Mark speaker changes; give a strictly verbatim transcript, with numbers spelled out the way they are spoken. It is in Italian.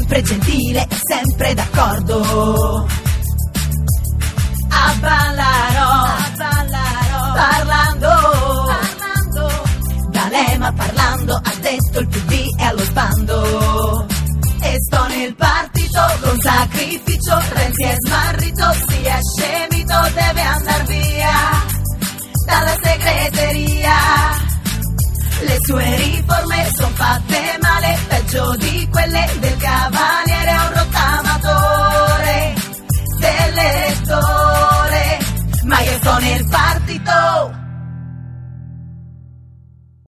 Speaker 1: sempre gentile e sempre d'accordo. Avvallarò, Avvallarò, parlando, parlando, D'Alema parlando, ha detto il P D è allo sbando. E sto nel partito con sacrificio, Renzi è smarrito, si è scemito, deve andar via dalla segreteria. Le sue riforme son fatte male, peggio di